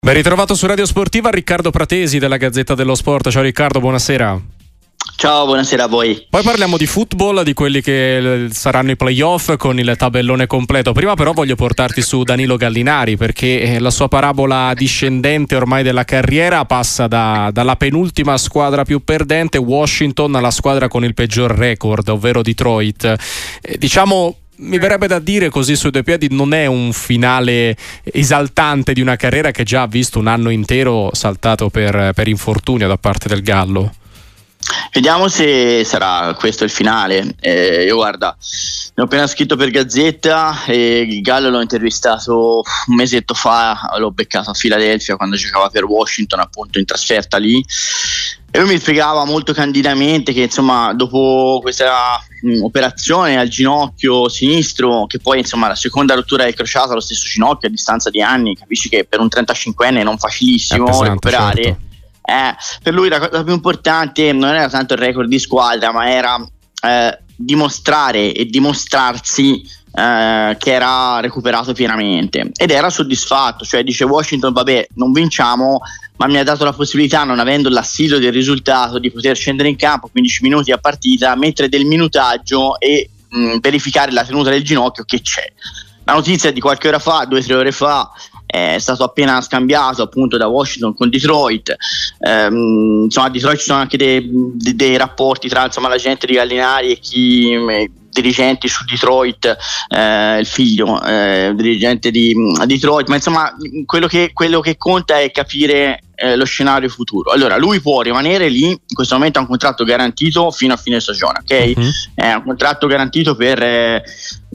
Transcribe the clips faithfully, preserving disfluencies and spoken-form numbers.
Ben ritrovato su Radio Sportiva Riccardo Pratesi della Gazzetta dello Sport. Ciao Riccardo, buonasera. Ciao, buonasera a voi. Poi parliamo di football, di quelli che saranno i playoff con il tabellone completo. Prima però voglio portarti su Danilo Gallinari, perché la sua parabola discendente ormai della carriera passa da, dalla penultima squadra più perdente, Washington, alla squadra con il peggior record, ovvero Detroit. Eh, diciamo... Mi verrebbe da dire così sui due piedi, non è un finale esaltante di una carriera che già ha visto un anno intero saltato per, per infortunio da parte del Gallo. Vediamo se sarà questo il finale. Eh, io guarda, ne ho appena scritto per Gazzetta e il Gallo l'ho intervistato un mesetto fa, l'ho beccato a Filadelfia quando giocava per Washington, appunto in trasferta lì. E lui mi spiegava molto candidamente che insomma dopo questa mh, operazione al ginocchio sinistro, che poi insomma la seconda rottura del crociato allo stesso ginocchio a distanza di anni, capisci che per un trentacinquenne è non facilissimo pesante, recuperare. Certo. Eh, per lui la cosa più importante non era tanto il record di squadra, ma era eh, dimostrare e dimostrarsi eh, che era recuperato pienamente, ed era soddisfatto. Cioè dice Washington, vabbè, non vinciamo, ma mi ha dato la possibilità, non avendo l'assillo del risultato, di poter scendere in campo quindici minuti a partita, mettere del minutaggio e mh, verificare la tenuta del ginocchio che c'è. La notizia è di qualche ora fa, due o tre ore fa, è stato appena scambiato appunto da Washington con Detroit. Ehm, insomma, a Detroit ci sono anche dei, dei, dei rapporti tra insomma la gente di Gallinari e chi eh, dirigenti su Detroit, eh, il figlio eh, dirigente di uh, Detroit, ma insomma quello che, quello che conta è capire eh, lo scenario futuro. Allora lui può rimanere lì, in questo momento ha un contratto garantito fino a fine stagione, ok? Uh-huh. È un contratto garantito per eh,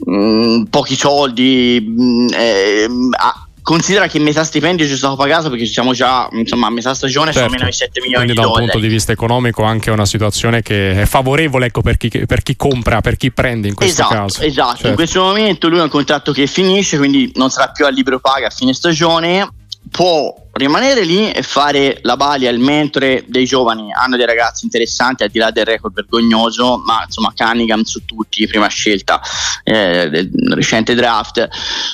mh, pochi soldi, mh, eh, a, considera che metà stipendio ci è stato pagato, perché siamo già insomma a metà stagione, certo. Sono meno di sette milioni Quindi di dollari. Quindi da un punto di vista economico anche una situazione che è favorevole, ecco, per chi, per chi compra, per chi prende in questo esatto, caso. Esatto, certo. In questo momento lui ha un contratto che finisce, quindi non sarà più a libero paga a fine stagione, può rimanere lì e fare la balia, il mentore dei giovani. Hanno dei ragazzi interessanti, al di là del record vergognoso, ma insomma Cunningham su tutti, prima scelta eh, del recente draft.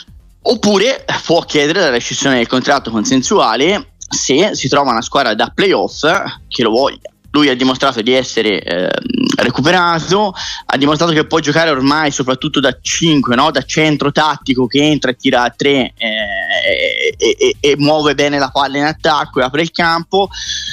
Oppure può chiedere la rescissione del contratto consensuale se si trova una squadra da playoff che lo voglia. Lui ha dimostrato di essere eh, recuperato, ha dimostrato che può giocare ormai soprattutto da cinque, no? Da centro tattico che entra e tira a tre eh, e, e, e muove bene la palla in attacco e apre il campo.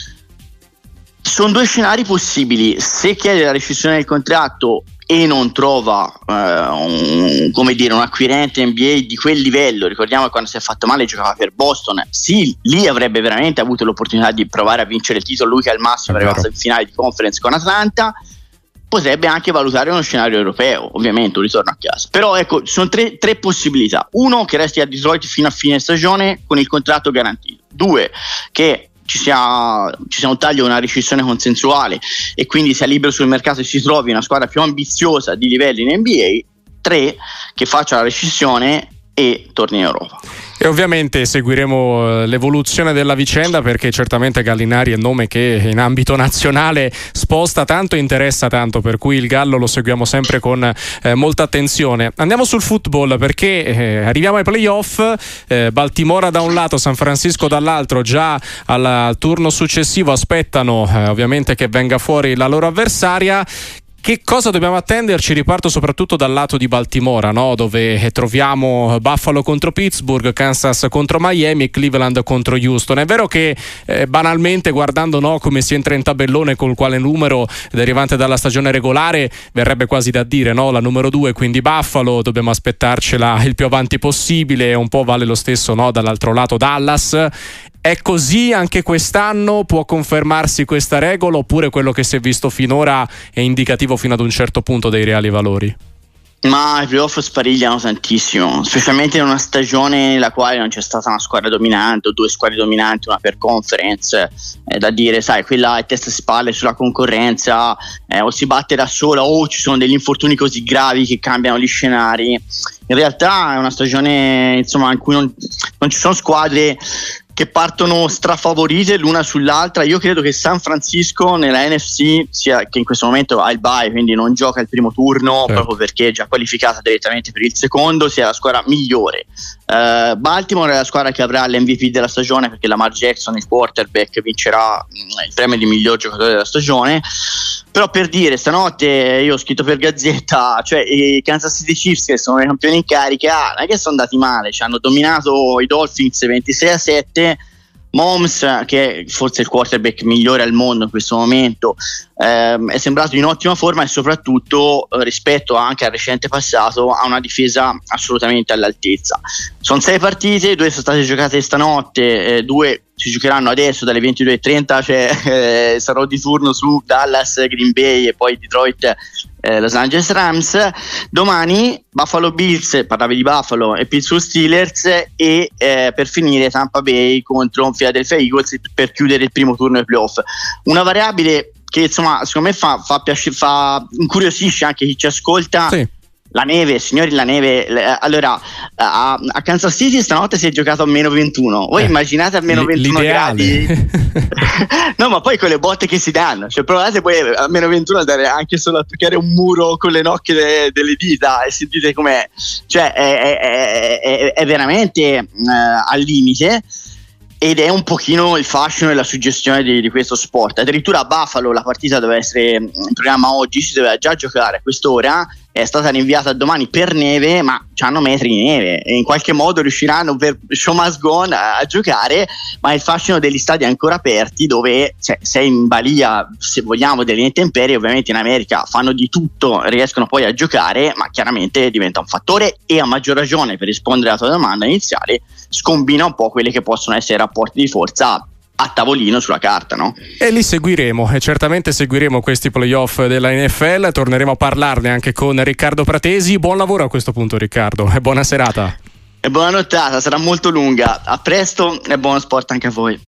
Sono due scenari possibili: se chiede la rescissione del contratto e non trova eh, un, come dire, un acquirente N B A di quel livello, ricordiamo che quando si è fatto male giocava per Boston, sì, lì avrebbe veramente avuto l'opportunità di provare a vincere il titolo, lui che al massimo è arrivato in finale di conference con Atlanta, potrebbe anche valutare uno scenario europeo, ovviamente un ritorno a casa. Però ecco, ci sono tre, tre possibilità: uno, che resti a Detroit fino a fine stagione con il contratto garantito; due, che Ci sia, ci sia un taglio, una rescissione consensuale e quindi sia libero sul mercato e si trovi una squadra più ambiziosa di livelli in N B A; tre, che faccia la rescissione e torni in Europa. E ovviamente seguiremo l'evoluzione della vicenda, perché certamente Gallinari è un nome che in ambito nazionale sposta tanto e interessa tanto, per cui il Gallo lo seguiamo sempre con eh, molta attenzione. Andiamo sul football, perché eh, arriviamo ai playoff, eh, Baltimora da un lato, San Francisco dall'altro. Già al, al turno successivo aspettano eh, ovviamente che venga fuori la loro avversaria. Che cosa dobbiamo attenderci? Riparto soprattutto dal lato di Baltimora, no? Dove troviamo Buffalo contro Pittsburgh, Kansas contro Miami e Cleveland contro Houston. È vero che eh, banalmente, guardando no, come si entra in tabellone, col quale numero derivante dalla stagione regolare, verrebbe quasi da dire no, la numero due, quindi Buffalo, dobbiamo aspettarcela il più avanti possibile. Un po' vale lo stesso no, dall'altro lato Dallas. È così anche quest'anno? Può confermarsi questa regola, oppure quello che si è visto finora è indicativo fino ad un certo punto dei reali valori? Ma i playoff sparigliano tantissimo, specialmente in una stagione nella quale non c'è stata una squadra dominante o due squadre dominanti, una per conference. È da dire, sai, quella è testa e spalle sulla concorrenza, eh, o si batte da sola o ci sono degli infortuni così gravi che cambiano gli scenari. In realtà è una stagione insomma in cui non, non ci sono squadre che partono strafavorite l'una sull'altra. Io credo che San Francisco nella N F C, sia che in questo momento ha il bye, quindi non gioca il primo turno, certo, proprio perché è già qualificata direttamente per il secondo, sia la squadra migliore. Uh, Baltimore è la squadra che avrà l'M V P della stagione, perché Lamar Jackson, il quarterback, vincerà il premio di miglior giocatore della stagione. Però, per dire, stanotte io ho scritto per Gazzetta, cioè i Kansas City Chiefs, che sono i campioni in carica, non è che sono andati male, cioè, hanno dominato i Dolphins ventisei a sette. Mahomes, che è forse il quarterback migliore al mondo in questo momento, ehm, è sembrato in ottima forma, e soprattutto eh, rispetto anche al recente passato ha una difesa assolutamente all'altezza. Sono sei partite, due sono state giocate stanotte, eh, due si giocheranno adesso dalle ventidue e trenta, cioè eh, sarò di turno su Dallas, Green Bay e poi Detroit, eh, Los Angeles Rams. Domani Buffalo Bills, parlavi di Buffalo, e Pittsburgh Steelers, e eh, per finire Tampa Bay contro Philadelphia Eagles per chiudere il primo turno dei playoff. Una variabile che insomma secondo me fa, fa, piace, fa incuriosisce anche chi ci ascolta. Sì. La neve, signori, la neve. Allora, a, a Kansas City stanotte si è giocato a meno ventuno. Voi eh, immaginate a meno ventuno gradi? No, ma poi con le botte che si danno, cioè provate poi a meno ventuno andare anche solo a toccare un muro con le nocche de, delle dita e sentite com'è. Cioè è, è, è, è veramente uh, al limite. Ed è un pochino il fascino e la suggestione di, di questo sport. Addirittura a Buffalo la partita doveva essere in programma oggi, si doveva già giocare a quest'ora, è stata rinviata a domani per neve, ma c'hanno metri di neve e in qualche modo riusciranno per show must go on a, a giocare. Ma il fascino degli stadi ancora aperti, dove cioè, sei in balia, se vogliamo, delle intemperie. Ovviamente in America fanno di tutto, riescono poi a giocare, ma chiaramente diventa un fattore, e a maggior ragione, per rispondere alla tua domanda iniziale, scombina un po' quelli che possono essere rapporti di forza a tavolino sulla carta, no? E li seguiremo, e certamente seguiremo questi playoff della N F L, torneremo a parlarne anche con Riccardo Pratesi. Buon lavoro a questo punto, Riccardo, e buona serata. E buona nottata, sarà molto lunga. A presto e buono sport anche a voi.